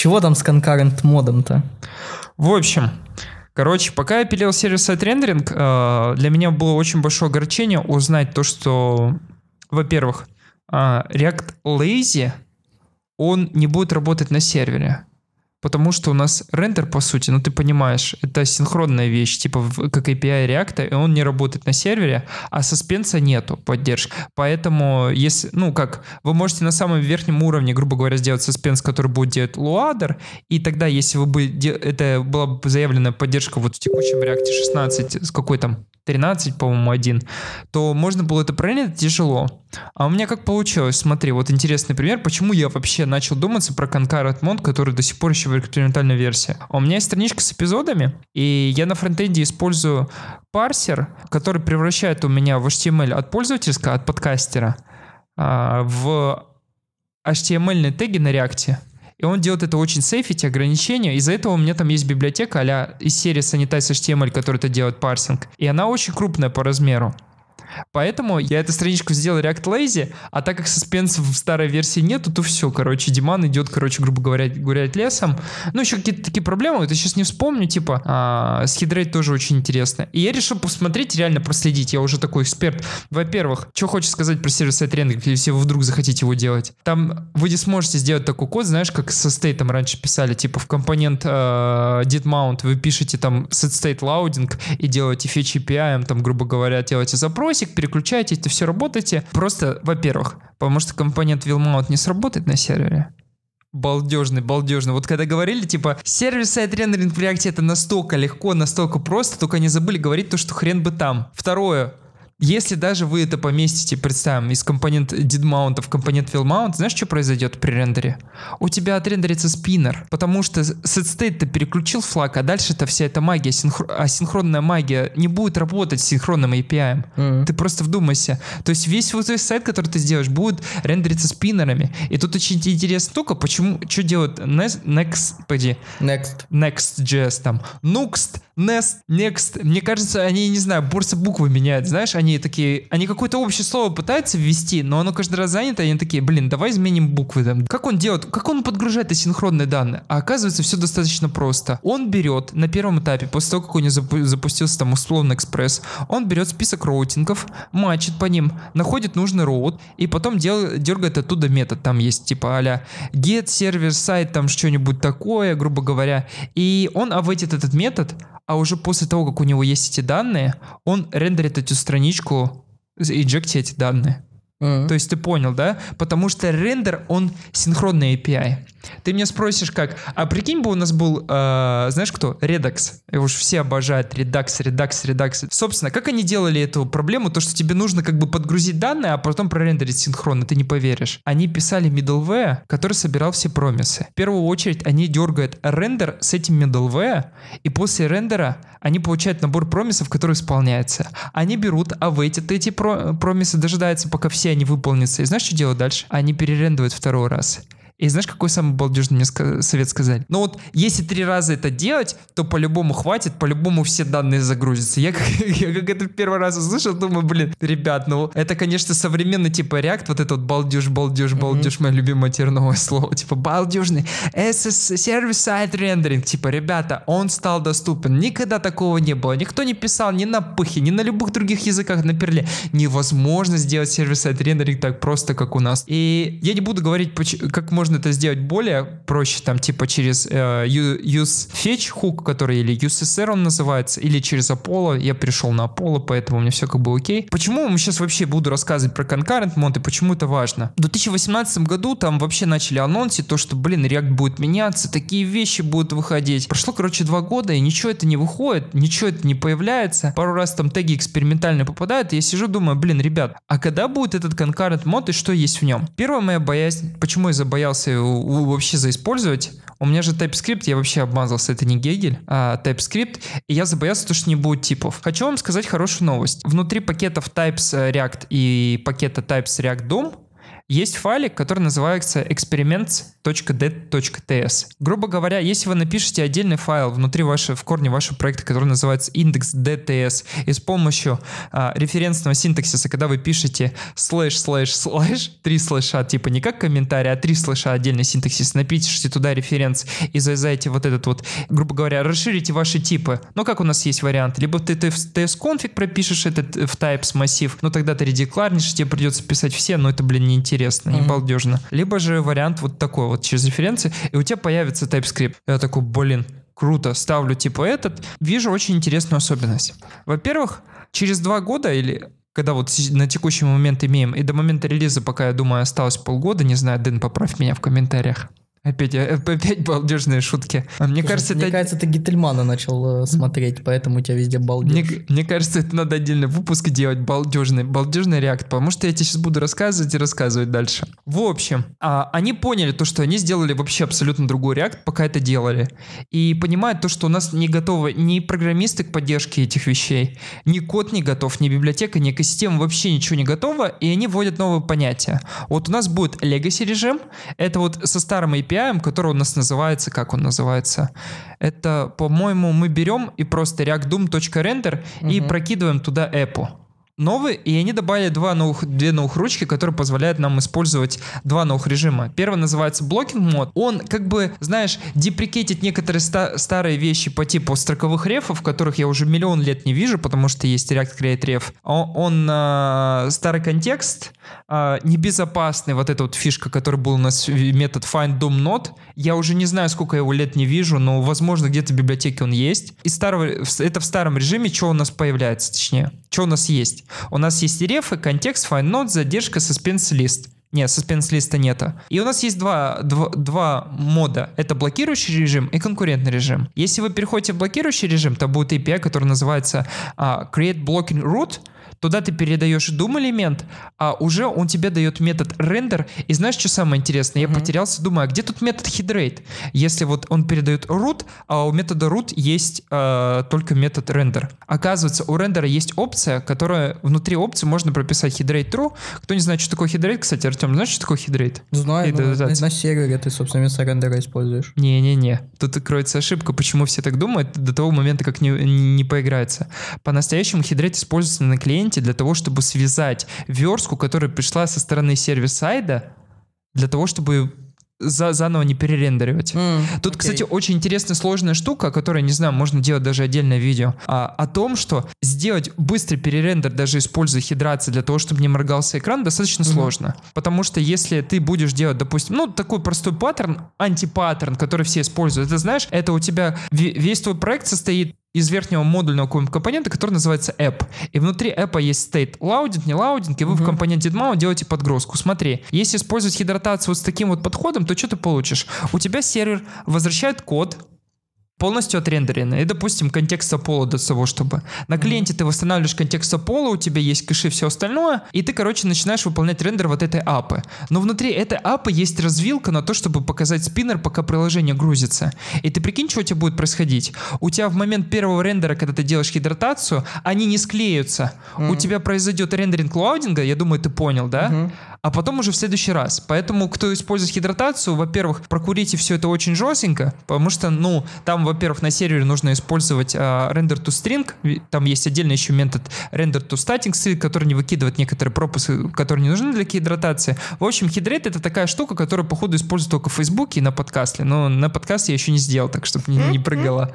Чего там с concurrent модом-то? В общем, короче, пока я пилил сервис-сайд рендеринг, для меня было очень большое огорчение узнать то, что, во-первых, React Lazy, он не будет работать на сервере. Потому что у нас рендер, по сути, ну ты понимаешь, это синхронная вещь, типа как API React, и он не работает на сервере, а суспенса нету поддержки. Поэтому, если, ну как, вы можете на самом верхнем уровне, грубо говоря, сделать суспенс, который будет делать Loader, и тогда, если вы бы, это была бы заявленная поддержка вот в текущем React 16, с какой там, 13, по-моему, 1, то можно было это проверить тяжело. А у меня как получилось? Смотри, вот интересный пример, почему я вообще начал думаться про concurrent мод, который до сих пор еще в экспериментальной версии. У меня есть страничка с эпизодами, и я на фронтенде использую парсер, который превращает у меня в HTML от пользовательского, от подкастера, в HTML-ные теги на React. И он делает это очень сейф, эти ограничения. Из-за этого у меня там есть библиотека а-ля из серии Sanitize HTML, которая это делает парсинг. И она очень крупная по размеру. Поэтому я эту страничку сделал React Lazy, а так как суспенсов в старой версии нету, то все, короче, Диман идет, короче, грубо говоря, гулять лесом. Ну, еще какие-то такие проблемы, это сейчас не вспомню, типа, с хидрейт тоже очень интересно. И я решил посмотреть, реально проследить, я уже такой эксперт. Во-первых, что хочешь сказать про сервис-сайд рендеринг, если вы вдруг захотите его делать. Там вы не сможете сделать такой код, знаешь, как со стейтом раньше писали, типа в компонент did mount вы пишете там set state loading и делаете fetch API, там, грубо говоря, делаете запрос, переключаете, это все работаете. Просто, во-первых, потому что компонент willMount не сработает на сервере. Балдежный. Вот когда говорили, типа, сервис-сайд рендеринг в React это настолько легко, настолько просто, только не забыли говорить то, что хрен бы там. Второе. Если даже вы это поместите, представим, из компонента didMount в компонент willMount, знаешь, что произойдет при рендере? У тебя отрендерится спиннер, потому что setState-то переключил флаг, а дальше-то вся эта магия, асинхронная магия не будет работать с синхронным API. Ты просто вдумайся. То есть весь вот твой сайт, который ты сделаешь, будет рендериться спиннерами. И тут очень интересная штука, почему, что делает Next.js там, Next. Мне кажется, они, не знаю, просто буквы меняют, знаешь, они какое-то общее слово пытаются ввести, но оно каждый раз занято, и они такие, давай изменим буквы там. Как он делает, как он подгружает асинхронные данные? А оказывается, все достаточно просто. Он берет на первом этапе, после того, как у него запустился там условно экспресс, он берет список роутингов, матчит по ним, находит нужный роут, и потом дергает оттуда метод. Там есть типа а-ля get, сервер, сайт, там что-нибудь такое, грубо говоря. И он авейтит этот метод, а уже после того, как у него есть эти данные, он рендерит эту страничку, инжектит эти данные. То есть ты понял, да? Потому что рендер, он синхронный API. Ты меня спросишь как, а прикинь бы у нас был, знаешь кто? Redux. Его уж все обожают. Redux. Собственно, как они делали эту проблему? То, что тебе нужно как бы подгрузить данные, а потом прорендерить синхронно. Ты не поверишь. Они писали middleware, который собирал все промисы. В первую очередь они дергают рендер с этим middleware, и после рендера они получают набор промисов, который исполняется. Они берут, авейтят эти промисы, дожидаются, пока все они выполнятся. И знаешь, что делают дальше? Они перерендуют второй раз. И знаешь, какой самый балдежный мне совет сказали? Ну вот, если 3 раза это делать, то по-любому хватит, по-любому все данные загрузятся. Я как это в первый раз услышал, думаю, ребят, ну это, конечно, современный типа React, вот это вот балдеж, мое любимое терновое слово, типа балдежный. Сервис-сайд рендеринг, типа, ребята, он стал доступен. Никогда такого не было. Никто не писал ни на Пыхе, ни на любых других языках на Перле. Невозможно сделать сервис-сайд рендеринг так просто, как у нас. И я не буду говорить, как можно это сделать более проще, там, типа через useFetch hook, который или UseSR он называется, или через Apollo. Я перешел на Apollo, поэтому у меня все как бы окей. Почему мы сейчас вообще буду рассказывать про concurrent мод и почему это важно? В 2018 году там вообще начали анонсить то, что, React будет меняться, такие вещи будут выходить. Прошло, 2 года, и ничего это не выходит, ничего это не появляется. Пару раз там теги экспериментально попадают, и я сижу, думаю, ребят, а когда будет этот concurrent мод и что есть в нем? Первая моя боязнь, почему я забоялся его вообще заиспользовать. У меня же TypeScript, я вообще обмазался, это не Гегель, а TypeScript, и я забоялся, что не будет типов. Хочу вам сказать хорошую новость. Внутри пакетов Types React и пакета Types React DOM есть файлик, который называется experiments.det.ts. Грубо говоря, если вы напишете отдельный файл внутри в корне вашего проекта, который называется index.dts, и с помощью референсного синтаксиса, когда вы пишете /// 3 слэша, типа не как комментарий, а 3 слэша отдельный синтаксис, напишите туда референс и завязайте вот этот вот, грубо говоря, расширите ваши типы. Ну, как у нас есть вариант, либо ты в tsconfig пропишешь этот в types массив, но тогда ты редекларнишь, тебе придется писать все, но это, неинтересно, не балдежно. Либо же вариант вот такой вот, через референции, и у тебя появится TypeScript. Я такой, круто, ставлю типа этот. Вижу очень интересную особенность. Во-первых, через 2 года или когда вот на текущий момент имеем, и до момента релиза, пока, я думаю, осталось полгода, не знаю, Дэн, поправь меня в комментариях. Опять балдежные шутки. Мне кажется, ты Гительмана начал смотреть, поэтому у тебя везде балдеж. Мне кажется, это надо отдельный выпуск делать, балдежный реакт, потому что я тебе сейчас буду рассказывать дальше. В общем, они поняли то, что они сделали вообще абсолютно другой реакт, пока это делали. И понимают то, что у нас не готовы ни программисты к поддержке этих вещей, ни код не готов, ни библиотека, ни экосистема, вообще ничего не готово, и они вводят новые понятия. Вот у нас будет legacy режим, это вот со старым API, который у нас называется, как он называется? Это, по-моему, мы берем и просто reactdom.render и прокидываем туда эпу. Новый, и они добавили две новых ручки, которые позволяют нам использовать 2 новых режима. Первый называется blocking мод. Он, как бы, знаешь, деприкетит некоторые старые вещи по типу строковых рефов, которых я уже миллион лет не вижу, потому что есть React Create Ref. Он старый контекст, небезопасный, вот эта вот фишка, которая был у нас метод find DOM node. Я уже не знаю, сколько я его лет не вижу, но, возможно, где-то в библиотеке он есть. Это в старом режиме, что у нас появляется, точнее, что у нас есть. У нас есть рефы, контекст, find node, задержка, suspense list. Нет, suspense листа нету. И у нас есть два мода. Это блокирующий режим и конкурентный режим. Если вы переходите в блокирующий режим, то будет API, который называется create blocking root. Туда ты передаешь DOM элемент, а уже он тебе дает метод render. И знаешь, что самое интересное? Я потерялся, думаю, а где тут метод headrate? Если вот он передает root, а у метода root есть только метод render. Оказывается, у рендера есть опция, которая внутри опции можно прописать headrate true. Кто не знает, что такое headrate, кстати, Артем, знаешь, что такое headrate? Знаю, на сервере ты, собственно, вместо рендера используешь. Не-не-не, тут кроется ошибка. Почему все так думают до того момента, как не поиграется. По-настоящему headrate используется на клиенте для того, чтобы связать верстку, которая пришла со стороны сервер-сайда, для того, чтобы заново не перерендеривать. Тут, кстати, очень интересная сложная штука, о которой, не знаю, можно делать даже отдельное видео, о том, что сделать быстрый перерендер, даже используя хидрацию для того, чтобы не моргался экран, достаточно сложно. Потому что если ты будешь делать, допустим, такой простой паттерн, антипаттерн, который все используют, это, знаешь, это у тебя весь твой проект состоит из верхнего модульного компонента, который называется app. И внутри app есть state loading, не loading, и вы в компоненте mount делаете подгрузку. Смотри, если использовать хидратацию с таким вот подходом, то что ты получишь? У тебя сервер возвращает код, полностью отрендеренный. И, допустим, контекст пола для того, чтобы... На клиенте ты восстанавливаешь контекст пола, у тебя есть кэши и все остальное, и ты, начинаешь выполнять рендер вот этой апы. Но внутри этой апы есть развилка на то, чтобы показать спиннер, пока приложение грузится. И ты прикинь, что у тебя будет происходить. У тебя в момент первого рендера, когда ты делаешь гидратацию, они не склеются. У тебя произойдет рендеринг лаудинга, я думаю, ты понял, да? А потом уже в следующий раз. Поэтому, кто использует гидратацию, во-первых, прокурите все это очень жестенько, потому что, там, во-первых, на сервере нужно использовать render to string, там есть отдельный еще метод render to static string, который не выкидывает некоторые пропуски, которые не нужны для гидратации. В общем, хидрейт — это такая штука, которую, походу, используют только в Фейсбуке и на подкасте, но на подкасте я еще не сделал, так, чтобы не прыгало.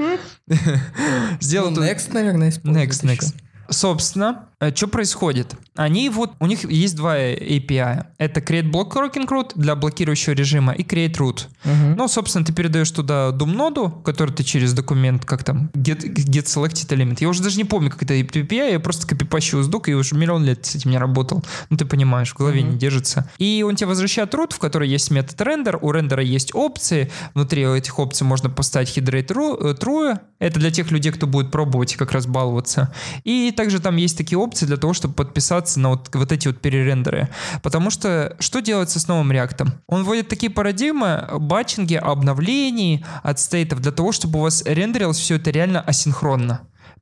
Сделал Next, наверное, используют. Next. Собственно, что происходит? У них есть 2 API. Это create blocking root для блокирующего режима и create root. Собственно, ты передаешь туда DOM ноду, который ты через документ, как там, get selected element. Я уже даже не помню, как это API, я просто копипащу из дука и уже миллион лет с этим не работал. Ты понимаешь, в голове не держится. И он тебе возвращает root, в которой есть метод render, у рендера есть опции, внутри этих опций можно поставить headrate true, это для тех людей, кто будет пробовать и как раз баловаться. И также там есть такие опции для того, чтобы подписаться на вот эти вот перерендеры. Потому что что делается с новым React? Он вводит такие парадигмы батчинги, обновлений от стейтов для того, чтобы у вас рендерилось все это реально асинхронно.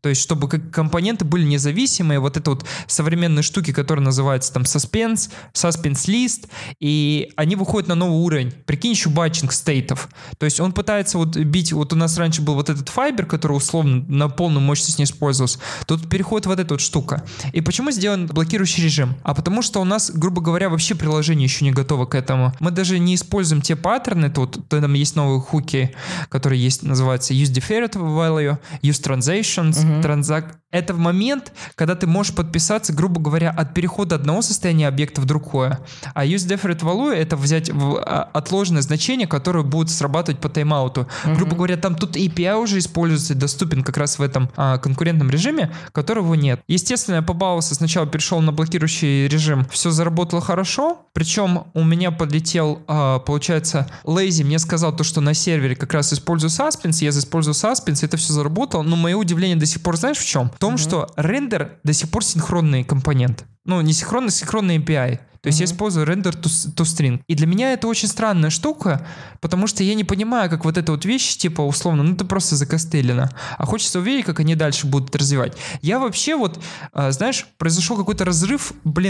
То есть, чтобы компоненты были независимые, вот это вот современные штуки, которые называются там suspense list, и они выходят на новый уровень. Прикинь, еще батчинг стейтов. То есть он пытается вот бить, вот у нас раньше был вот этот Fiber, который условно на полную мощность не использовался. Тут переходит вот эта вот штука. И почему сделан блокирующий режим? А потому что у нас, грубо говоря, вообще приложение еще не готово к этому. Мы даже не используем те паттерны, тут там есть новые хуки, которые есть, называются use deferred value, use transitions, Это в момент, когда ты можешь подписаться, грубо говоря, от перехода одного состояния объекта в другое. А use deferred value — это взять отложенное значение, которое будет срабатывать по тайм-ауту. Грубо говоря, там тут API уже используется и доступен как раз в этом конкурентном режиме, которого нет. Естественно, я побаловался, сначала перешел на блокирующий режим, все заработало хорошо, причем у меня подлетел, получается, Lazy мне сказал то, что на сервере как раз использую Suspense, я использую Suspense, это все заработало, но мое удивление до сих пор, знаешь, в чем? В том, что рендер до сих пор синхронный компонент. Ну, не синхронный, синхронный API. То есть я использую render to string. И для меня это очень странная штука, потому что я не понимаю, как вот эта вот вещь, типа, условно, ну это просто закостылено. А хочется увидеть, как они дальше будут развивать. Я вообще вот, знаешь, произошел какой-то разрыв,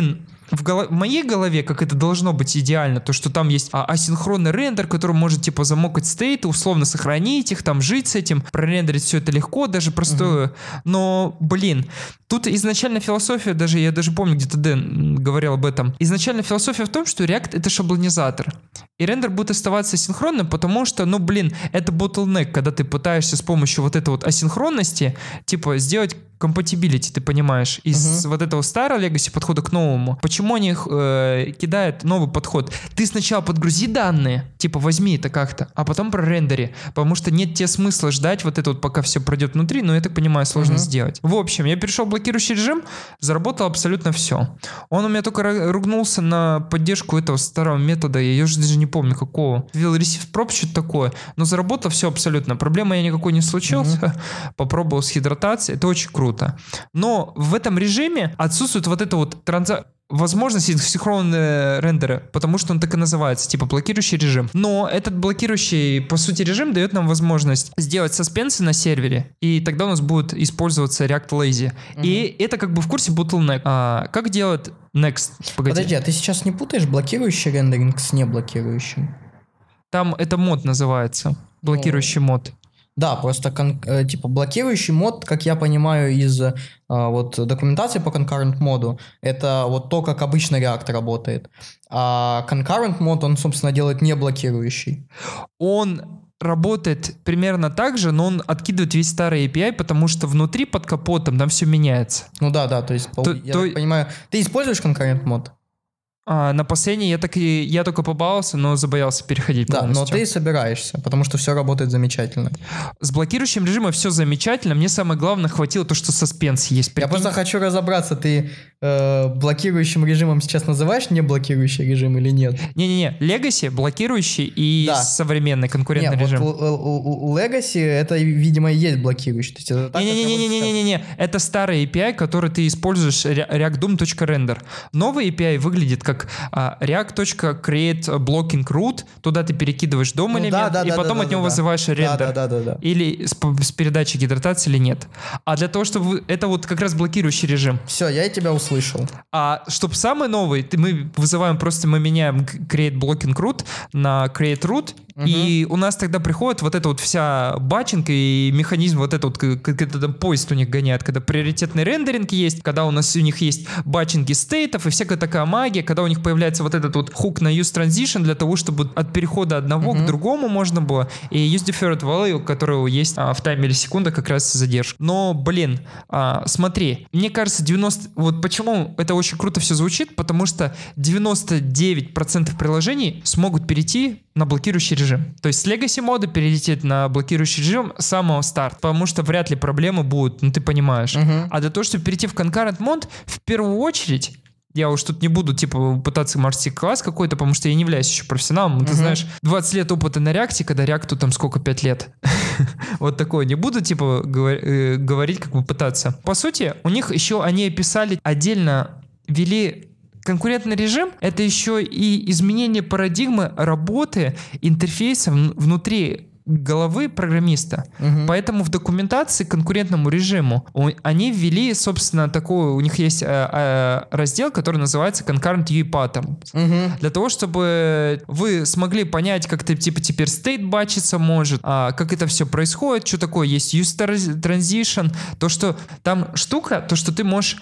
в моей голове, как это должно быть идеально, то, что там есть асинхронный рендер, который может, типа, замокать стейты, условно сохранить их, там, жить с этим, прорендерить все это легко, даже простое. Но, тут изначально философия, я даже помню, где-то Дэн говорил об этом. Изначально философия в том, что React — это шаблонизатор. И рендер будет оставаться асинхронным, потому что, это bottleneck, когда ты пытаешься с помощью вот этой вот асинхронности, типа, сделать compatibility, ты понимаешь, из вот этого старого legacy подхода к новому. Почему они кидают новый подход? Ты сначала подгрузи данные, типа возьми это как-то, а потом прорендери, потому что нет тебе смысла ждать вот это вот, пока все пройдет внутри, но я так понимаю, сложно сделать. В общем, я перешел в блокирующий режим, заработал абсолютно все. Он у меня только ругнулся на поддержку этого старого метода, я уже даже не помню какого. Will receive prop, что-то такое, но заработал все абсолютно. Проблемы никакой не случилось. Попробовал с гидратацией, это очень круто. Но в этом режиме отсутствует вот эта вот возможность синхронного рендера, потому что он так и называется, типа блокирующий режим. Но этот блокирующий, по сути, режим дает нам возможность сделать саспенсы на сервере, и тогда у нас будет использоваться React Lazy. И это как бы в курсе bottleneck. Как делать Next? Подожди, а ты сейчас не путаешь блокирующий рендеринг с неблокирующим? Там это мод называется. Блокирующий мод. Да, просто типа блокирующий мод, как я понимаю из вот документации по concurrent моду, это вот то, как обычно React работает. А concurrent мод, он, собственно, делает не блокирующий. Он работает примерно так же, но он откидывает весь старый API, потому что внутри под капотом там все меняется. Ну да, то есть, я так понимаю, ты используешь concurrent мод? На последний я только побаловался, но забоялся переходить полностью. Да, но ты собираешься, потому что все работает замечательно. С блокирующим режимом все замечательно. Мне самое главное хватило то, что саспенс есть. Я просто хочу разобраться, ты блокирующим режимом сейчас называешь не блокирующий режим или нет? Не-не-не, Legacy блокирующий и современный конкурентный режим. Вот у Legacy это, видимо, и есть блокирующий. Не-не-не, это старый API, который ты используешь, reactdom.render. Новый API выглядит как react.createBlockingRoot, туда ты перекидываешь дом элемент, и потом от него вызываешь рендер. Или с передачей гидратации или нет. А для того, чтобы... Это вот как раз блокирующий режим. Все, я тебя услышал. А чтобы самый новый, мы меняем createBlockingRoot на createRoot, и у нас тогда приходит вот эта вот вся батчинг и механизм вот этот вот, когда там поезд у них гоняет, когда приоритетный рендеринг есть, когда у них есть батчинги стейтов и всякая такая магия, когда у них появляется вот этот вот хук на use transition для того, чтобы от перехода одного к другому можно было, и use deferred value, у которого есть в таймере секунда как раз задержка. Но, смотри, мне кажется, вот почему это очень круто все звучит, потому что 99% приложений смогут перейти на блокирующий режим. То есть с Legacy мода перелететь на блокирующий режим с самого старта, потому что вряд ли проблемы будут, ты понимаешь. А для того, чтобы перейти в concurrent мод, в первую очередь, я уж тут не буду, пытаться марсить класс какой-то, потому что я не являюсь еще профессионалом. Ты знаешь, 20 лет опыта на React, когда React там сколько, 5 лет. Вот такое. Не буду, говорить, как бы пытаться. По сути, у них еще они описали отдельно, ввели конкурентный режим, это еще и изменение парадигмы работы интерфейса внутри головы программиста. Поэтому в документации к конкурентному режиму они ввели, собственно, такую, у них есть раздел, который называется Concurrent UI Pattern. Для того, чтобы вы смогли понять, как это типа теперь state бачиться может, как это все происходит, что такое есть use transition, то, что там штука, то, что ты можешь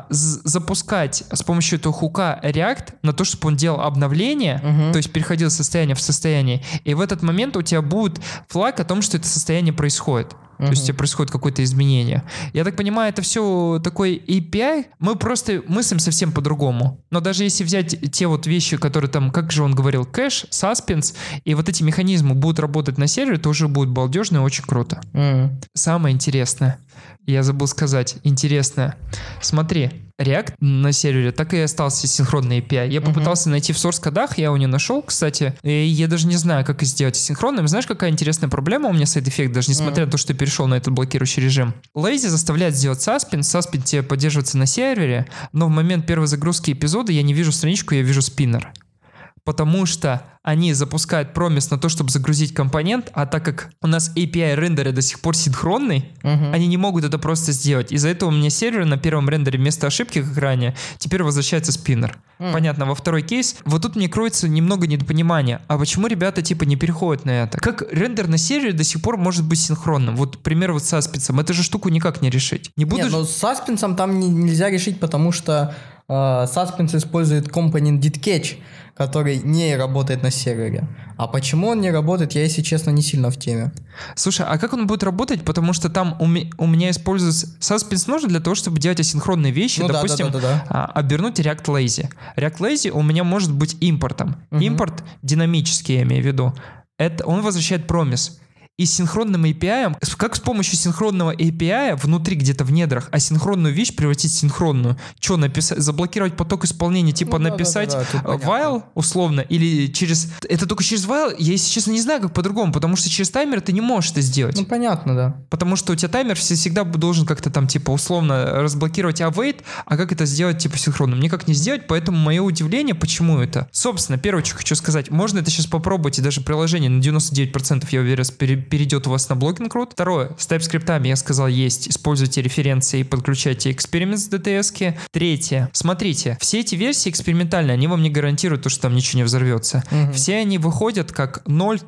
запускать с помощью этого хука React на то, чтобы он делал обновление, то есть переходил из состояния в состояние, и в этот момент у тебя будет флаг о том, что это состояние происходит. То есть у тебя происходит какое-то изменение. Я так понимаю, это все такой API. Мы просто мыслим совсем по-другому. Но даже если взять те вот вещи, которые там, как же он говорил, кэш, suspense, и вот эти механизмы будут работать на сервере, то уже будет балдежно и очень круто. Самое интересное, я забыл сказать, интересное. Смотри, React на сервере так и остался синхронный API. Я попытался найти в source-кодах, я его не нашел, кстати. И я даже не знаю, как сделать синхронным. Знаешь, какая интересная проблема у меня сайд-эффект, даже несмотря на то, что я перешел на этот блокирующий режим. Lazy заставляет сделать suspend. Suspend тебе поддерживается на сервере, но в момент первой загрузки эпизода я не вижу страничку, я вижу спиннер. Потому что они запускают промис на то, чтобы загрузить компонент, а так как у нас API рендера до сих пор синхронный, они не могут это просто сделать. Из-за этого у меня сервер на первом рендере вместо ошибки, как ранее, теперь возвращается спиннер. Понятно, во второй кейс, вот тут мне кроется немного недопонимания. А почему ребята типа не переходят на это? Как рендер на сервере до сих пор может быть синхронным? Вот, пример вот с Suspens'ом. Эту же штуку никак не решить. Нет, но с Suspens'ом там нельзя решить, потому что Suspense использует компонент didCatch, который не работает на сервере. А почему он не работает, я, если честно, не сильно в теме. Слушай, а как он будет работать? Потому что там у меня используется... Suspense нужен для того, чтобы делать асинхронные вещи. Ну, допустим, обернуть React Lazy. React Lazy у меня может быть импортом. Импорт динамический, я имею в виду. Это он возвращает промис. И с синхронным API, как с помощью синхронного API внутри где-то в недрах асинхронную вещь превратить в синхронную? Что написать? Заблокировать поток исполнения, типа написать while условно? Или через... Это только через while? Я, если честно, не знаю, как по-другому, потому что через таймер ты не можешь это сделать. Ну, понятно, да. Потому что у тебя таймер всегда должен как-то там, типа, условно разблокировать await, а как это сделать, типа, синхронным? Никак не сделать, поэтому мое удивление, почему это? Собственно, первое, что хочу сказать, можно это сейчас попробовать, и даже приложение на 99%, я уверен, перейдет у вас на блокинг root. Второе, с TypeScript'ами, я сказал, есть. Используйте референции и подключайте Experiments DTS-ки. Третье, смотрите, все эти версии экспериментальные, они вам не гарантируют то, что там ничего не взорвется. Все они выходят как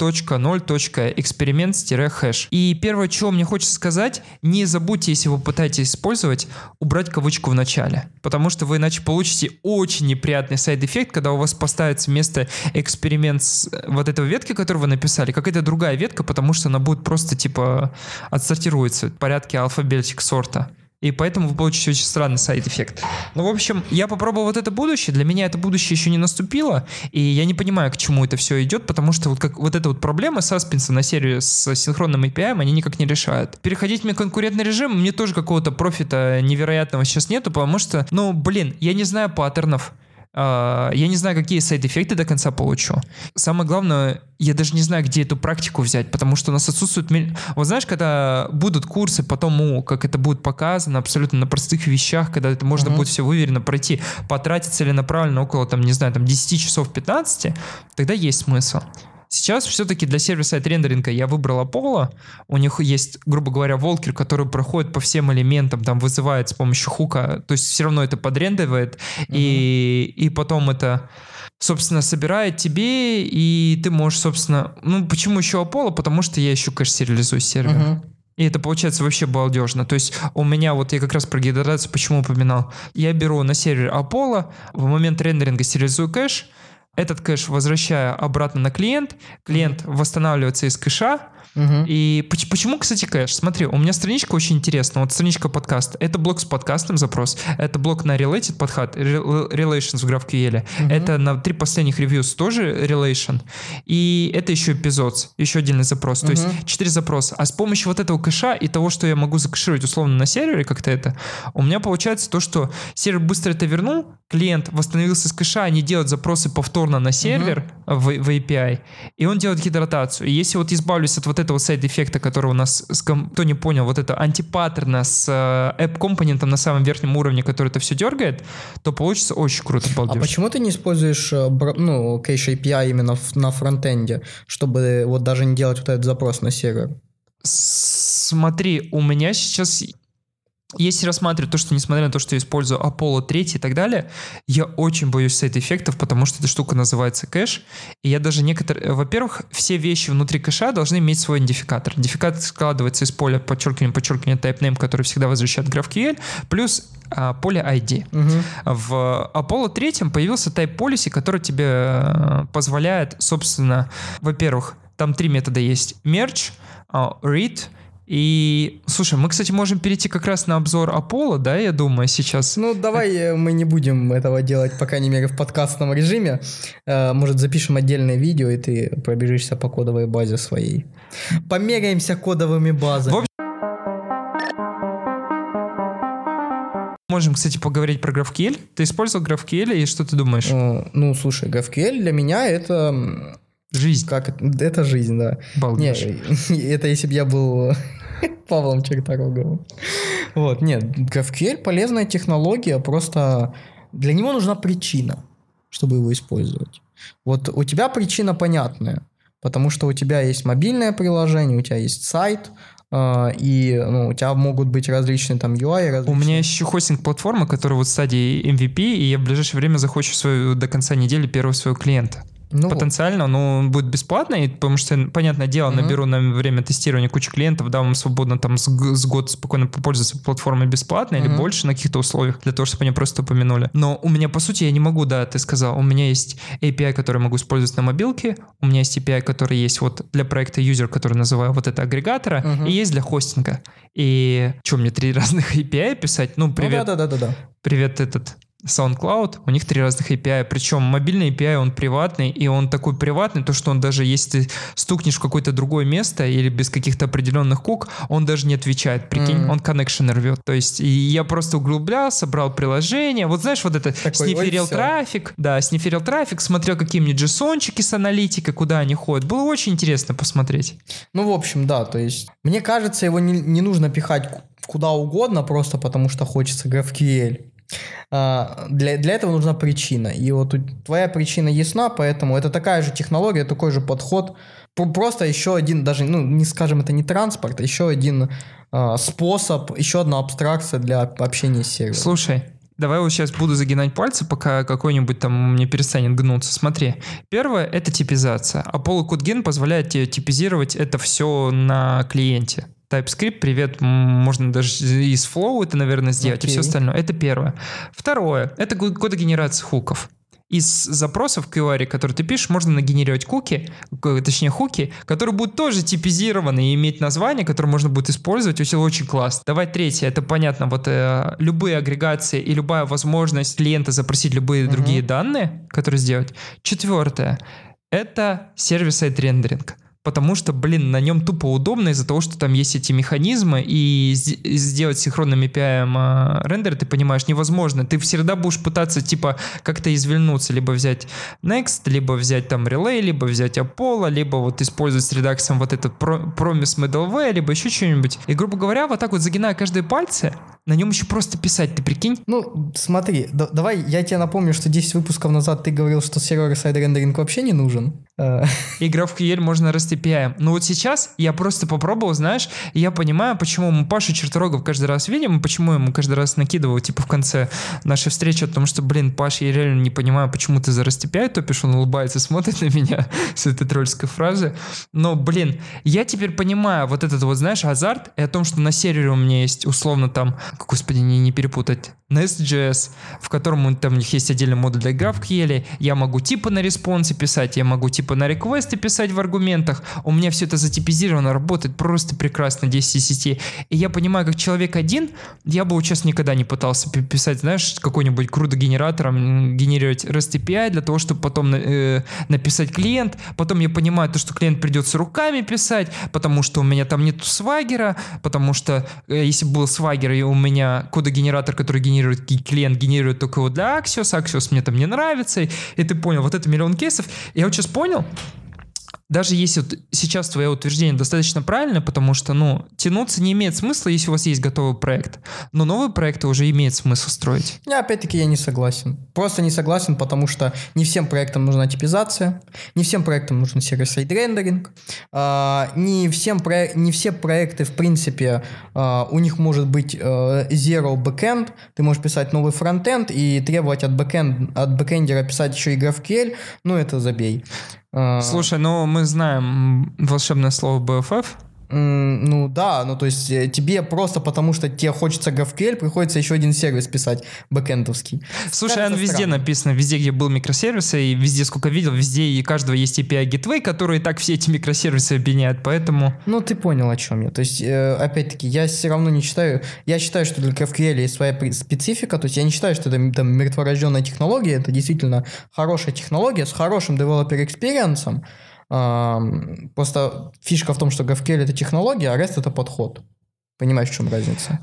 0.0.experiments-hash. И первое, чего мне хочется сказать, не забудьте, если вы пытаетесь использовать, убрать кавычку в начале. Потому что вы иначе получите очень неприятный сайд-эффект, когда у вас поставится вместо Experiments вот этой ветки, которую вы написали, какая-то другая ветка, потому что она будет просто типа отсортируется в порядке алфабетик сорта. И поэтому вы получите очень странный сайд-эффект. Ну, в общем, я попробовал вот это будущее. Для меня это будущее еще не наступило. И я не понимаю, к чему это все идет, потому что вот, как, вот эта вот проблема Suspense на серии с синхронным API они никак не решают. Переходить мне конкурентный режим, мне тоже какого-то профита невероятного сейчас нету, потому что, ну, блин, я не знаю паттернов. Я не знаю, какие сайд-эффекты до конца получу. Самое главное, я даже не знаю, где эту практику взять, потому что у нас отсутствует... Вот знаешь, когда будут курсы по тому, как это будет показано, абсолютно на простых вещах, когда это можно будет все выверенно пройти, потратить целенаправленно около, там, не знаю, там 10 часов 15, тогда есть смысл. Сейчас все-таки для сервер-сайд рендеринга я выбрал Apollo. У них есть, грубо говоря, волкер, который проходит по всем элементам, там вызывает с помощью хука, то есть все равно это подрендеривает, и потом это, собственно, собирает тебе, и ты можешь, собственно... Ну, почему еще Apollo? Потому что я еще кэш-сериализую сервер. И это получается вообще балдежно. То есть у меня, вот я как раз про гидрацию почему упоминал, я беру на сервер Apollo, в момент рендеринга сериализую кэш, этот кэш возвращаю обратно на клиент, клиент восстанавливается из кэша. И почему, кстати, кэш? Смотри, у меня страничка очень интересная. Вот страничка подкаста. Это блок с подкастом запрос. Это блок на related подход, relations в GraphQL. Это на 3 последних reviews тоже relation. И это еще эпизод, еще отдельный запрос. То есть 4 запроса. А с помощью вот этого кэша и того, что я могу закэшировать условно на сервере как-то это, у меня получается то, что сервер быстро это вернул, клиент восстановился с кэша, они делают запросы повторно повторно на сервер в API, и он делает гидротацию. И если вот избавлюсь от вот этого сайд-эффекта, который у нас, кто не понял, вот это антипаттерна с app-компонентом на самом верхнем уровне, который это все дергает, то получится очень круто, балдеж. А почему ты не используешь кэш API именно на фронтенде, чтобы вот даже не делать вот этот запрос на сервер? Смотри, у меня сейчас... Если рассматривать то, что несмотря на то, что я использую Apollo 3 и так далее, я очень боюсь сайд-эффектов, потому что эта штука называется кэш. И я даже некоторые... Во-первых, все вещи внутри кэша должны иметь свой идентификатор. Идентификатор складывается из поля подчеркивание typename, который всегда возвращает GraphQL, плюс поле ID. В Apollo 3 появился type policy, который тебе позволяет, собственно, во-первых, там 3 метода есть. Merge, read. И, слушай, мы, кстати, можем перейти как раз на обзор Apollo, да, я думаю, сейчас. Ну, давай мы не будем этого делать, по крайней мере, в подкастном режиме. Может, запишем отдельное видео, и ты пробежишься по кодовой базе своей. Померяемся кодовыми базами. Можем, кстати, поговорить про GraphQL. Ты использовал GraphQL, и что ты думаешь? Ну, слушай, GraphQL для меня это... Жизнь. Это жизнь, да. Балдеж. Это если бы я был Павлом Чертороговым. Вот, нет, GraphQL полезная технология, просто для него нужна причина, чтобы его использовать. Вот у тебя причина понятная, потому что у тебя есть мобильное приложение, у тебя есть сайт, и у тебя могут быть различные там UI. Различные... У меня есть еще хостинг-платформа, которая вот в стадии MVP, и я в ближайшее время захочу до конца недели первого своего клиента. Потенциально, но он будет бесплатный, потому что, понятное дело, наберу на время тестирования кучу клиентов, дам им свободно там с год спокойно попользоваться платформой бесплатно или больше на каких-то условиях, для того, чтобы они просто упомянули. Но у меня, по сути, я не могу, да, ты сказал, у меня есть API, который могу использовать на мобилке, у меня есть API, который есть вот для проекта user, который называю вот это агрегатора, и есть для хостинга. И что, мне 3 разных API писать? Ну, привет. Да. Привет, SoundCloud, у них 3 разных API, причем мобильный API, он приватный, и он такой приватный, то, что он даже, если ты стукнешь в какое-то другое место или без каких-то определенных кук, он даже не отвечает, прикинь, он connection рвет, то есть, и я просто углублялся, брал приложение, вот знаешь, вот это, сниферил трафик, смотрел, какие мне JSON-чики с аналитикой, куда они ходят, было очень интересно посмотреть. Ну, в общем, да, то есть, мне кажется, его не нужно пихать куда угодно, просто потому что хочется GraphQL. Для этого нужна причина. И вот твоя причина ясна, поэтому это такая же технология, такой же подход. Просто еще один, даже, не скажем, это не транспорт, еще один способ, еще одна абстракция для общения с сервером. Слушай, давай вот сейчас буду загинать пальцы, пока какой-нибудь там мне перестанет гнуться. Смотри, первое — это типизация. Apollo CodeGen позволяет тебе типизировать это все на клиенте. TypeScript, привет, можно даже из Flow это, наверное, сделать, и все остальное. Это первое. Второе, это кодогенерация хуков. Из запросов в query, которые ты пишешь, можно нагенерировать хуки, которые будут тоже типизированы и иметь название, которое можно будет использовать. Это очень классно. Давай третье, это понятно, вот любые агрегации и любая возможность клиента запросить любые другие данные, которые сделать. Четвертое, это сервер-сайд рендеринг. Потому что, на нем тупо удобно из-за того, что там есть эти механизмы, и сделать синхронным API рендер, ты понимаешь, невозможно. Ты всегда будешь пытаться, как-то извильнуться, либо взять Next, либо взять там Relay, либо взять Apollo, либо вот использовать с редаксом вот этот Promise Middleware, либо еще что-нибудь. И, грубо говоря, вот так вот загиная каждые пальцы, на нем еще просто писать, ты прикинь? Ну, смотри, давай я тебе напомню, что 10 выпусков назад ты говорил, что сервер-сайд рендеринг вообще не нужен. И GraphQL можно REST-API. Но вот сейчас я просто попробовал, знаешь, и я понимаю, почему мы Пашу Черторогов каждый раз видим, и почему я ему каждый раз накидываю, в конце нашей встречи, потому что, Паш, я реально не понимаю, почему ты за REST-API топишь, он улыбается, смотрит на меня с этой тролльской фразы. Но, я теперь понимаю вот этот вот, знаешь, азарт, и о том, что на сервере у меня есть условно там, господи, не перепутать, Nest.js, в котором там у них есть отдельный модуль для GraphQL, я могу типы на респонсе писать, я могу типа на реквесты писать в аргументах. У меня все это затипизировано, работает просто прекрасно, 10 из 10. И я понимаю, как человек один, я бы вот сейчас никогда не пытался писать, знаешь, какой-нибудь CRUD-генератором, генерировать REST API для того, чтобы потом написать клиент. Потом я понимаю то, что клиент придется руками писать, потому что у меня там нету свагера, потому что если был свагер, и у меня кодогенератор, который генерирует клиент, генерирует только его для Axios мне там не нравится, и ты понял, вот это миллион кейсов. Я вот сейчас понял, даже если вот сейчас твое утверждение достаточно правильно, потому что, тянуться не имеет смысла, если у вас есть готовый проект. Но новые проекты уже имеет смысл строить. Опять-таки я не согласен. Просто не согласен, потому что не всем проектам нужна типизация, не всем проектам нужен сервер-сайд рендеринг, не все проекты, в принципе, у них может быть zero backend, ты можешь писать новый фронтенд и требовать от бэкэндера писать еще и GraphQL, это забей. Слушай, мы знаем волшебное слово BFF. То есть тебе просто потому, что тебе хочется GraphQL, приходится еще один сервис писать бэкэндовский. Слушай, он везде написано, везде, где был микросервисы, и везде, сколько видел, везде и каждого есть API Gateway, которые так все эти микросервисы объединяют, поэтому... Ты понял, о чем я. То есть, опять-таки, я все равно не считаю... Я считаю, что для GraphQL есть своя специфика, то есть я не считаю, что это там мертворожденная технология, это действительно хорошая технология с хорошим девелопер-экспириенсом. Просто фишка в том, что GraphQL это технология, а REST это подход. Понимаешь, в чем разница?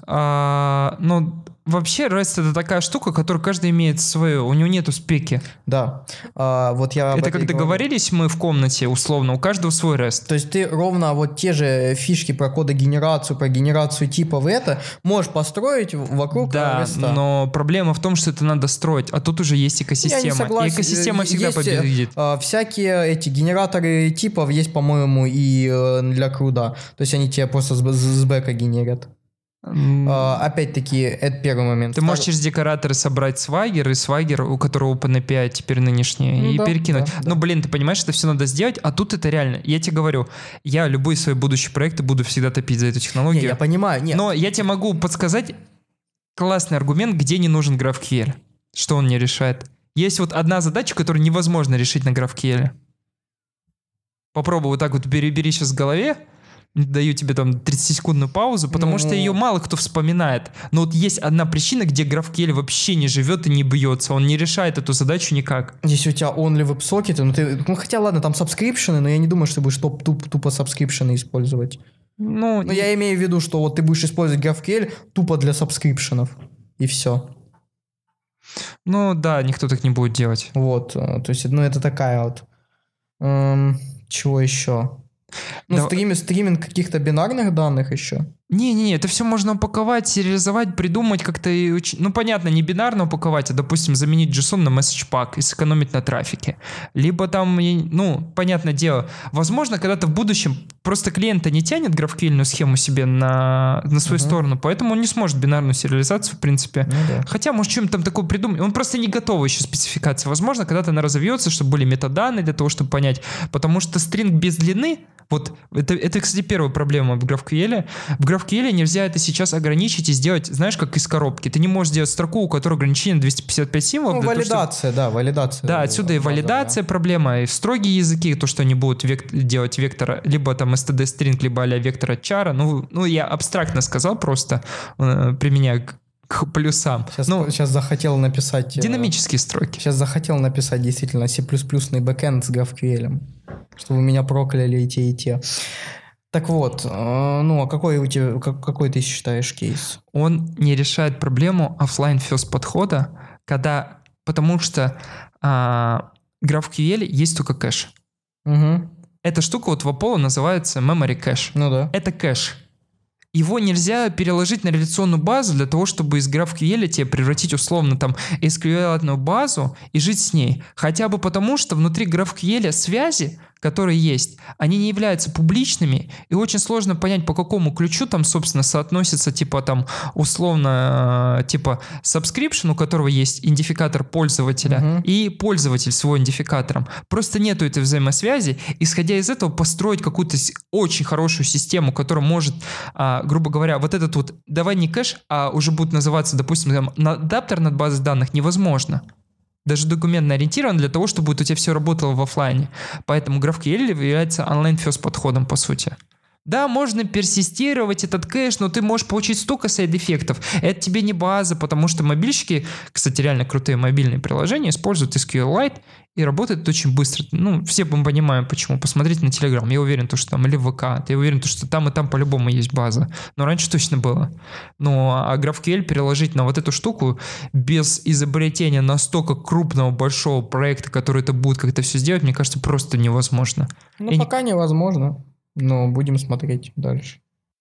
Вообще REST это такая штука, которую каждый имеет свою, у него нету спеки. Да. Это как договорились мы в комнате, условно, у каждого свой REST. То есть ты ровно вот те же фишки про кодогенерацию, про генерацию типов можешь построить вокруг REST. Да, но проблема в том, что это надо строить, а тут уже есть экосистема. Я не согласен. И экосистема всегда есть, победит. Всякие эти генераторы типов есть, по-моему, и для CRUD. То есть они тебе просто с бэка генерят. Опять-таки, это первый момент. Ты можешь через декораторы собрать свагер, и свагер, у которого OpenAPI теперь нынешний, перекинуть. Да. Ты понимаешь, это все надо сделать, а тут это реально. Я тебе говорю, я любые свои будущие проекты буду всегда топить за эту технологию. Я понимаю. Но я тебе могу подсказать классный аргумент, где не нужен GraphQL. Что он не решает. Есть вот одна задача, которую невозможно решить на GraphQL. Попробуй вот так вот бери сейчас в голове. Даю тебе там 30-секундную паузу, потому что ее мало кто вспоминает. Но вот есть одна причина, где GraphQL вообще не живет и не бьется. Он не решает эту задачу никак. Если у тебя only WebSocket, хотя ладно, там сабскрипшены, но я не думаю, что ты будешь тупо сабскрипшены использовать. Но я имею в виду, что вот ты будешь использовать GraphQL тупо для сабскрипшенов. И все. Никто так не будет делать. Вот, то есть, это такая вот... чего еще? Стриминг каких-то бинарных данных еще. Не, это все можно упаковать, сериализовать, придумать как-то. Понятно, не бинарно упаковать, а, допустим, заменить JSON на message pack и сэкономить на трафике. Либо там, понятное дело, возможно, когда-то в будущем просто клиента не тянет GraphQL схему себе на свою сторону, поэтому он не сможет бинарную сериализацию, в принципе. Да. Хотя, может, что-нибудь там такое придумать. Он просто не готов еще спецификации. Возможно, когда-то она разовьется, чтобы были метаданные для того, чтобы понять. Потому что стринг без длины, это, кстати, первая проблема в GraphQL. В GraphQL нельзя это сейчас ограничить и сделать, знаешь, как из коробки. Ты не можешь сделать строку, у которой ограничение 255 символов. Валидация, валидация. Да, отсюда и валидация проблема, и строгие языки, то, что они будут делать вектора, либо там std string, либо а-ля вектора чара. Я абстрактно сказал просто, применяя к плюсам. Сейчас захотел написать... Динамические строки. Сейчас захотел написать действительно C++-ный бэкэнд с GraphQL, чтобы меня прокляли и те. Так вот, какой ты считаешь кейс? Он не решает проблему offline-first подхода, потому что GraphQL есть только кэш. Угу. Эта штука в Apollo называется memory cache. Да. Это кэш. Его нельзя переложить на реляционную базу для того, чтобы из GraphQL тебе превратить условно там SQL-ную базу и жить с ней. Хотя бы потому, что внутри GraphQL связи, которые есть, они не являются публичными, и очень сложно понять, по какому ключу там, собственно, соотносится условно subscription, у которого есть идентификатор пользователя, и пользователь с его идентификатором. Просто нету этой взаимосвязи. Исходя из этого, построить какую-то очень хорошую систему, которая может, грубо говоря, давай не кэш, а уже будет называться, допустим, адаптер над базой данных, невозможно. даже документно ориентирован для того, чтобы у тебя все работало в офлайне. Поэтому GraphQL является онлайн-first подходом, по сути. Да, можно персистировать этот кэш, но ты можешь получить столько сайд-эффектов. Это тебе не база, потому что мобильщики, кстати, реально крутые мобильные приложения, используют SQLite и работают очень быстро. Ну, все мы понимаем, почему. Посмотрите на Telegram. Я уверен, что там, или ВК. Я уверен, что там и там по-любому есть база. Но раньше точно было. А GraphQL переложить на вот эту штуку без изобретения настолько крупного, большого проекта, который это будет как-то все сделать, мне кажется, просто невозможно. Ну, пока невозможно. Но будем смотреть дальше.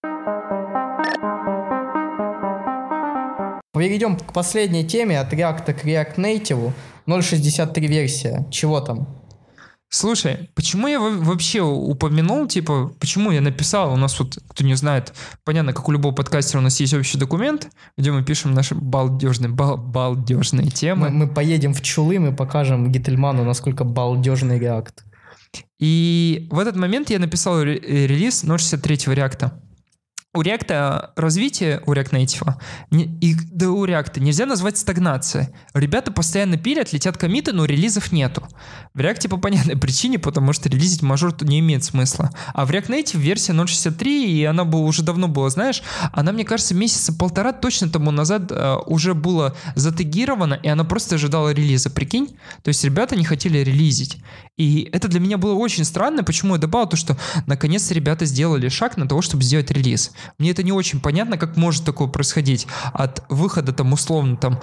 Перейдем к последней теме от React к React Native. 0.63 версия. Чего там? Слушай, почему я вообще упомянул, почему я написал, у нас вот, кто не знает, понятно, как у любого подкастера у нас есть общий документ, где мы пишем наши балдежные темы. Мы поедем в Чулым, мы покажем Гительману, насколько балдежный React. И в этот момент я написал релиз 0.63 React. У React развитие, у React Native, у React нельзя назвать стагнацией. Ребята постоянно пилят, летят коммиты, но релизов нету. В React по понятной причине, потому что релизить мажор не имеет смысла. А в React Native версия 0.63, и она уже давно была, знаешь, она, мне кажется, месяца полтора точно тому назад уже была затегирована, и она просто ожидала релиза, прикинь? То есть ребята не хотели релизить. И это для меня было очень странно, почему я добавил то, что наконец-то ребята сделали шаг на того, чтобы сделать релиз. Мне это не очень понятно, как может такое происходить от выхода там условно там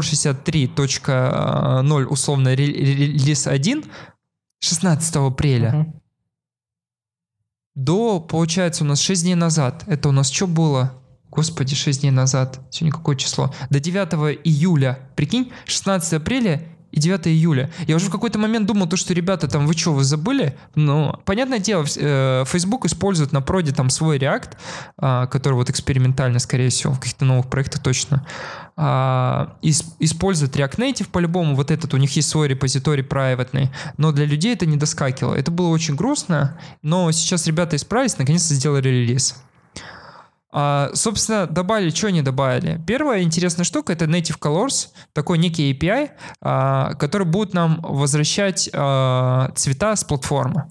0.63.0 условно релиз 1 16 апреля до, получается, у нас 6 дней назад. Это у нас что было? Господи, 6 дней назад. Сегодня какое число? До 9 июля. Прикинь, 16 апреля и 9 июля. Я уже в какой-то момент думал, что, ребята, там, вы что, вы забыли? Ну, понятное дело, Facebook использует на проде там свой React, который вот экспериментально, скорее всего, в каких-то новых проектах точно, использует React Native по-любому, вот этот, у них есть свой репозиторий приватный, но для людей это не доскакивало. Это было очень грустно, но сейчас ребята исправились, наконец-то сделали релиз. Собственно, добавили, что они добавили? Первая интересная штука — это Native Colors, такой некий API, который будет нам возвращать цвета с платформы.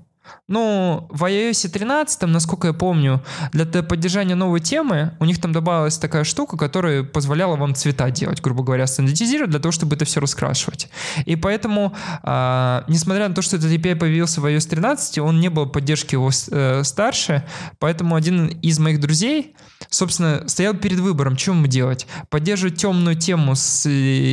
Ну, в iOS 13, насколько я помню, для поддержания новой темы у них там добавилась такая штука, которая позволяла вам цвета делать, грубо говоря, стандартизировать для того, чтобы это все раскрашивать. И поэтому, несмотря на то, что этот API появился в iOS 13, он не было поддержки его старше, поэтому один из моих друзей, собственно, стоял перед выбором, что ему делать. Поддерживать темную тему с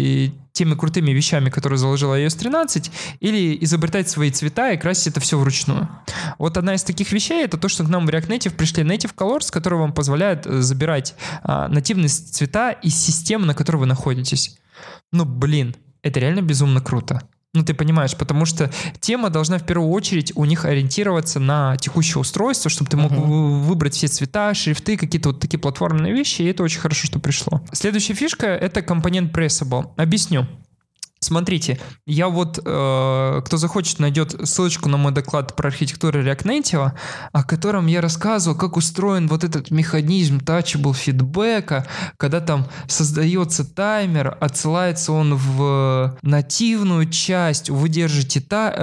теми крутыми вещами, которые заложила iOS 13, или изобретать свои цвета и красить это все вручную. Вот одна из таких вещей — это то, что к нам в React Native пришли Native Colors, которые вам позволяют забирать нативные цвета из системы, на которой вы находитесь. Ну, блин, это реально безумно круто. Ну, ты понимаешь, потому что тема должна в первую очередь у них ориентироваться на текущее устройство, чтобы ты мог выбрать все цвета, шрифты, какие-то вот такие платформенные вещи, и это очень хорошо, что пришло. Следующая фишка — это компонент Pressable. Объясню. Смотрите, я вот, кто захочет, найдет ссылочку на мой доклад про архитектуру React Native, о котором я рассказывал, как устроен вот этот механизм touchable фидбэка, когда там создается таймер, отсылается он в нативную часть, вы держите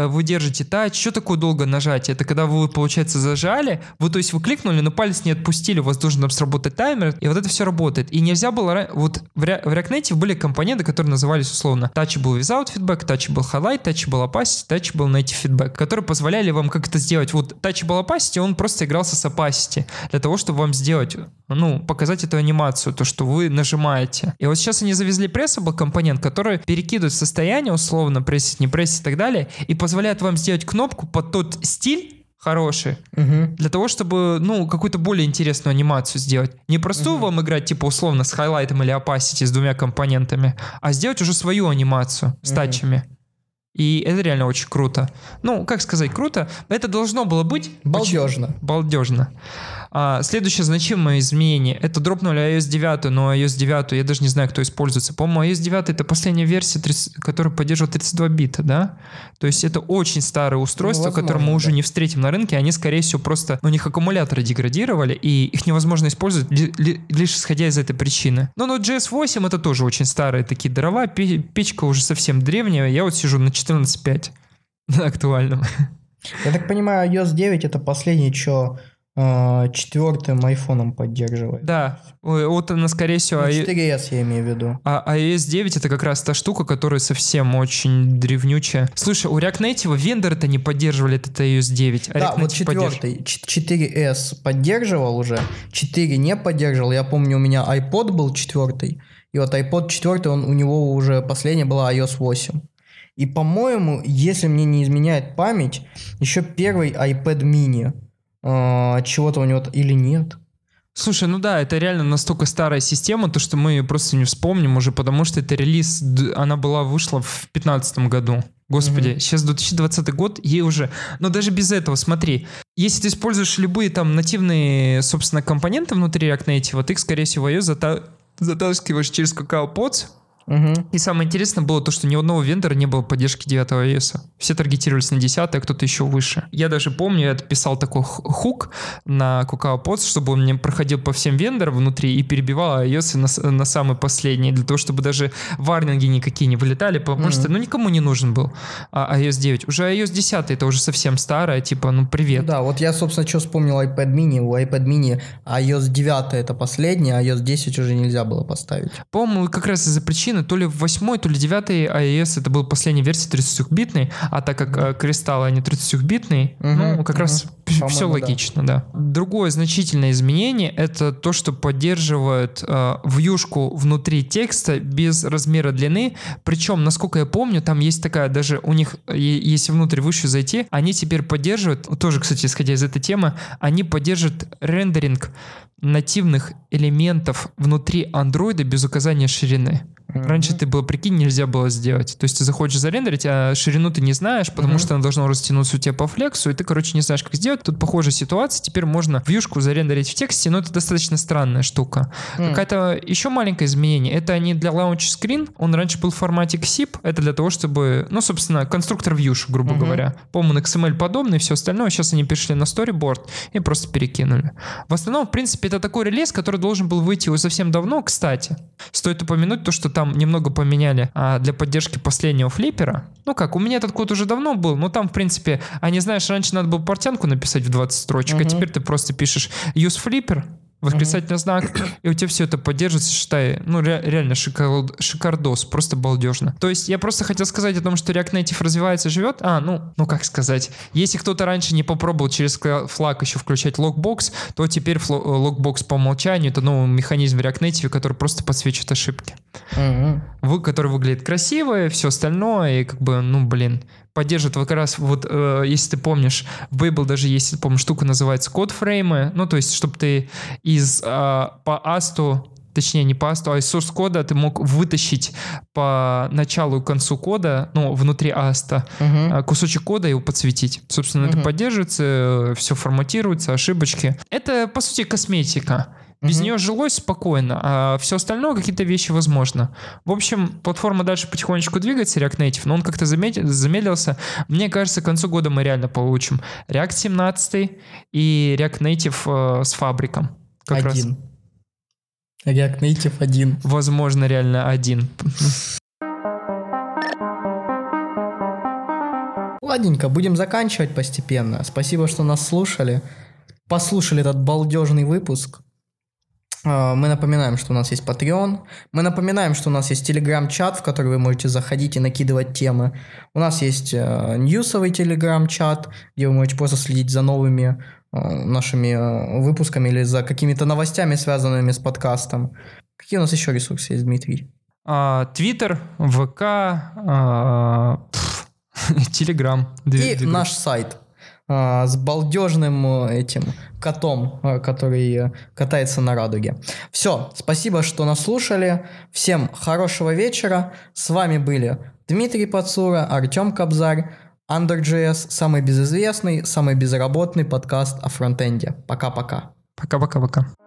тач. Что такое долгое нажатие? Это когда вы, получается, зажали, то есть вы кликнули, но палец не отпустили, у вас должен там сработать таймер, и вот это все работает. И нельзя было, вот в React Native были компоненты, которые назывались условно touchable without feedback, touchable highlight, touchable opacity, touchable native feedback, которые позволяли вам как это сделать. Вот touchable opacity, он просто игрался с opacity для того, чтобы вам сделать, показать эту анимацию, то, что вы нажимаете. И вот сейчас они завезли pressable компонент, который перекидывает состояние, условно, прессить, не прессить и так далее, и позволяет вам сделать кнопку под тот стиль хороший, для того, чтобы, какую-то более интересную анимацию сделать. Не простую вам играть, условно, с хайлайтом или opacity с двумя компонентами, а сделать уже свою анимацию с тачами. И это реально очень круто. Как сказать круто? Это должно было быть... Балдежно. Балдежно. Следующее значимое изменение — это дропнули iOS 9, но iOS 9 я даже не знаю, кто используется. По-моему, iOS 9 — это последняя версия, которая поддерживает 32 бита, да? То есть это очень старое устройство, которое мы уже не встретим на рынке. Они, скорее всего, просто у них аккумуляторы деградировали, и их невозможно использовать лишь исходя из этой причины. Но Node.js 8 — это тоже очень старые такие дрова, печка уже совсем древняя. Я вот сижу на 14.5 на актуальном. Я так понимаю, iOS 9 это последний, что четвертым айфоном поддерживает. Да, вот она, скорее всего... 4S я имею в виду. А iOS 9 это как раз та штука, которая совсем очень древнючая. Слушай, у React Native вендоры-то не поддерживали этот iOS 9. Да, вот четвертый. 4S поддерживал уже, 4 не поддерживал. Я помню, у меня iPod был четвертый, и вот iPod 4, у него уже последняя была iOS 8. И, по-моему, если мне не изменяет память, еще первый iPad mini чего-то у него или нет. Слушай, ну да, это реально настолько старая система, то что мы ее просто не вспомним уже, потому что это релиз, она вышла в 2015 году. Господи, сейчас 2020 год, ей уже... Но даже без этого, смотри, если ты используешь любые там нативные, собственно, компоненты внутри React Native, ты их, скорее всего, ее затаскиваешь через Kakao Pods. И самое интересное было то, что ни у одного вендора не было поддержки 9 iOS. Все таргетировались на 10, а кто-то еще выше. Я даже помню, я писал такой хук на Kakao Pods, чтобы он мне проходил по всем вендорам внутри и перебивал iOS на самый последний, для того, чтобы даже варнинги никакие не вылетали, потому что, никому не нужен был iOS 9. Уже iOS 10 это уже совсем старая, типа, привет. Да, вот я, собственно, что вспомнил iPad mini. У iPad mini iOS 9 это последний, а iOS 10 уже нельзя было поставить. По-моему, как раз из-за причины, то ли 8, то ли 9 iOS это был последняя версия 32-битный, а так как кристаллы они 32-битные, как раз все логично, да. Другое значительное изменение — это то, что поддерживает вьюшку внутри текста без размера длины, причем, насколько я помню, там есть такая, даже у них, если внутрь выше зайти, они теперь поддерживают, тоже, кстати, исходя из этой темы, они поддерживают рендеринг нативных элементов внутри андроида без указания ширины. Раньше ты было, прикинь, нельзя было сделать. То есть ты захочешь зарендерить, а ширину ты не знаешь, потому что она должна растянуться у тебя по флексу, и ты, не знаешь, как сделать. Тут похожая ситуация. Теперь можно вьюшку зарендерить в тексте, но это достаточно странная штука. Какое-то еще маленькое изменение. Это они для launch screen. Он раньше был в формате XIP. Это для того, чтобы, собственно, конструктор вьюш, грубо говоря. По-моему, на XML подобный и все остальное. Сейчас они перешли на storyboard и просто перекинули. В основном, в принципе, это такой релиз, который должен был выйти уже совсем давно. Кстати, стоит упомянуть то, что там немного поменяли для поддержки последнего флиппера. У меня этот код уже давно был, но там, в принципе, знаешь, раньше надо было портянку написать в 20 строчек, а теперь ты просто пишешь use flipper, восклицательный знак, и у тебя все это поддерживается, считай, реально шикардос, просто балдежно. То есть я просто хотел сказать о том, что React Native развивается, живет. Как сказать, если кто-то раньше не попробовал через флаг еще включать логбокс, то теперь логбокс по умолчанию — это новый механизм в React Native, который просто подсвечивает ошибки. Который выглядит красиво, и все остальное, и поддерживает как раз, если ты помнишь, в Babel даже есть, штука называется код-фреймы, то есть, чтобы ты по асту, точнее не по асту, а из source кода ты мог вытащить по началу и концу кода, внутри аста, кусочек кода и его подсветить. Собственно, это поддерживается, все форматируется, ошибочки. Это, по сути, косметика. Без нее жилось спокойно, а все остальное, какие-то вещи возможно. В общем, платформа дальше потихонечку двигается, React Native, но он как-то замедлился. Мне кажется, к концу года мы реально получим React 17 и React Native с фабриком. Один. React Native 1. Возможно, реально один. Ладненько, будем заканчивать постепенно. Спасибо, что нас слушали. Послушали этот балдежный выпуск. Мы напоминаем, что у нас есть Patreon. Мы напоминаем, что у нас есть Telegram-чат, в который вы можете заходить и накидывать темы. У нас есть ньюсовый Telegram-чат, где вы можете просто следить за новыми нашими выпусками или за какими-то новостями, связанными с подкастом. Какие у нас еще ресурсы есть, Дмитрий? Твиттер, ВК, Telegram. И наш сайт с балдежным этим котом, который катается на радуге. Все, спасибо, что нас слушали. Всем хорошего вечера. С вами были Дмитрий Пацура, Артем Кобзарь, Under.js, самый безызвестный, самый безработный подкаст о фронтенде. Пока-пока. Пока-пока-пока.